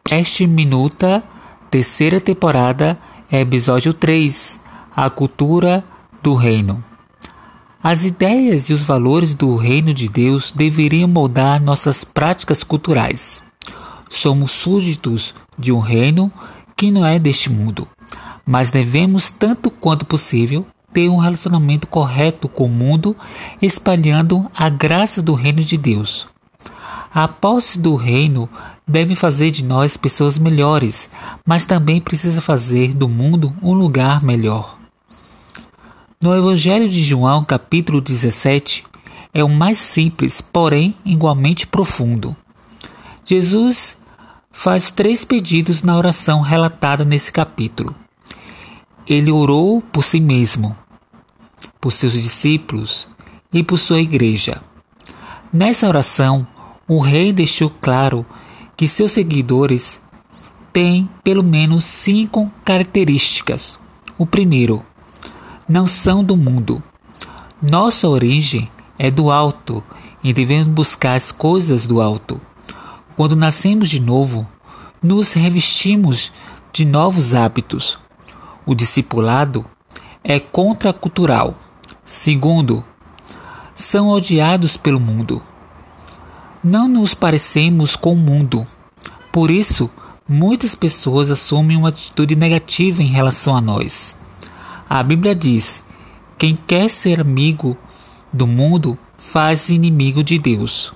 Podcast Minuta, terceira temporada, episódio 3, a cultura do reino. As ideias e os valores do reino de Deus deveriam moldar nossas práticas culturais. Somos súditos de um reino que não é deste mundo, mas devemos, tanto quanto possível, ter um relacionamento correto com o mundo, espalhando a graça do reino de Deus. A posse do reino deve fazer de nós pessoas melhores, mas também precisa fazer do mundo um lugar melhor. No Evangelho de João, capítulo 17, é o mais simples, porém igualmente profundo. Jesus faz 3 pedidos na oração relatada nesse capítulo. Ele orou por si mesmo, por seus discípulos e por sua igreja. Nessa oração, o rei deixou claro que seus seguidores têm pelo menos 5 características. O primeiro, não são do mundo. Nossa origem é do alto e devemos buscar as coisas do alto. Quando nascemos de novo, nos revestimos de novos hábitos. O discipulado é contracultural. Segundo, são odiados pelo mundo. Não nos parecemos com o mundo. Por isso, muitas pessoas assumem uma atitude negativa em relação a nós. A Bíblia diz: quem quer ser amigo do mundo faz inimigo de Deus.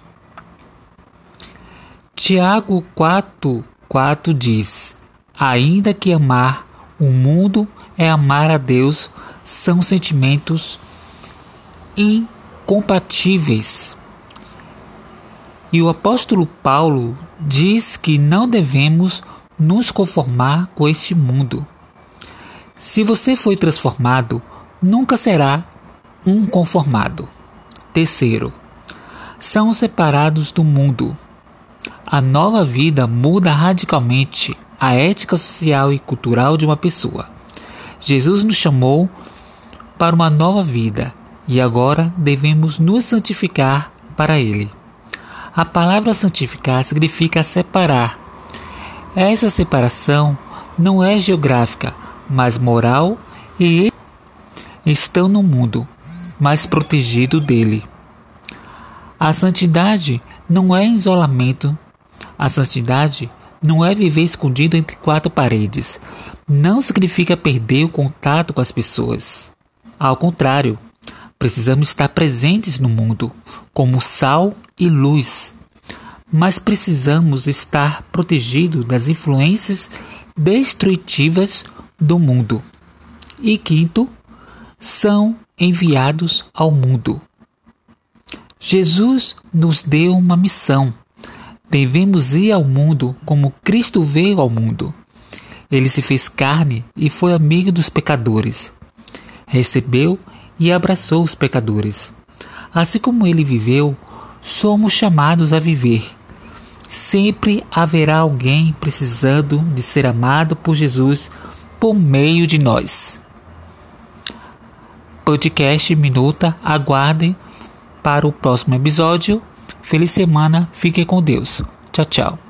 Tiago 4,4 diz: ainda que amar o mundo é amar a Deus, são sentimentos incompatíveis. E o apóstolo Paulo diz que não devemos nos conformar com este mundo. Se você foi transformado, nunca será um conformado. Terceiro, são separados do mundo. A nova vida muda radicalmente a ética social e cultural de uma pessoa. Jesus nos chamou para uma nova vida e agora devemos nos santificar para Ele. A palavra santificar significa separar. Essa separação não é geográfica, mas moral, e estão no mundo, mas protegido dele. A santidade não é isolamento. A santidade não é viver escondido entre 4 paredes. Não significa perder o contato com as pessoas. Ao contrário, precisamos estar presentes no mundo, como sal e luz. Mas precisamos estar protegidos das influências destrutivas do mundo. E quinto, são enviados ao mundo. Jesus nos deu uma missão. Devemos ir ao mundo como Cristo veio ao mundo. Ele se fez carne e foi amigo dos pecadores. Recebeu e abraçou os pecadores. Assim como ele viveu, somos chamados a viver. Sempre haverá alguém precisando de ser amado por Jesus por meio de nós. Podcast Minuta, aguardem para o próximo episódio. Feliz semana, fiquem com Deus. Tchau, tchau.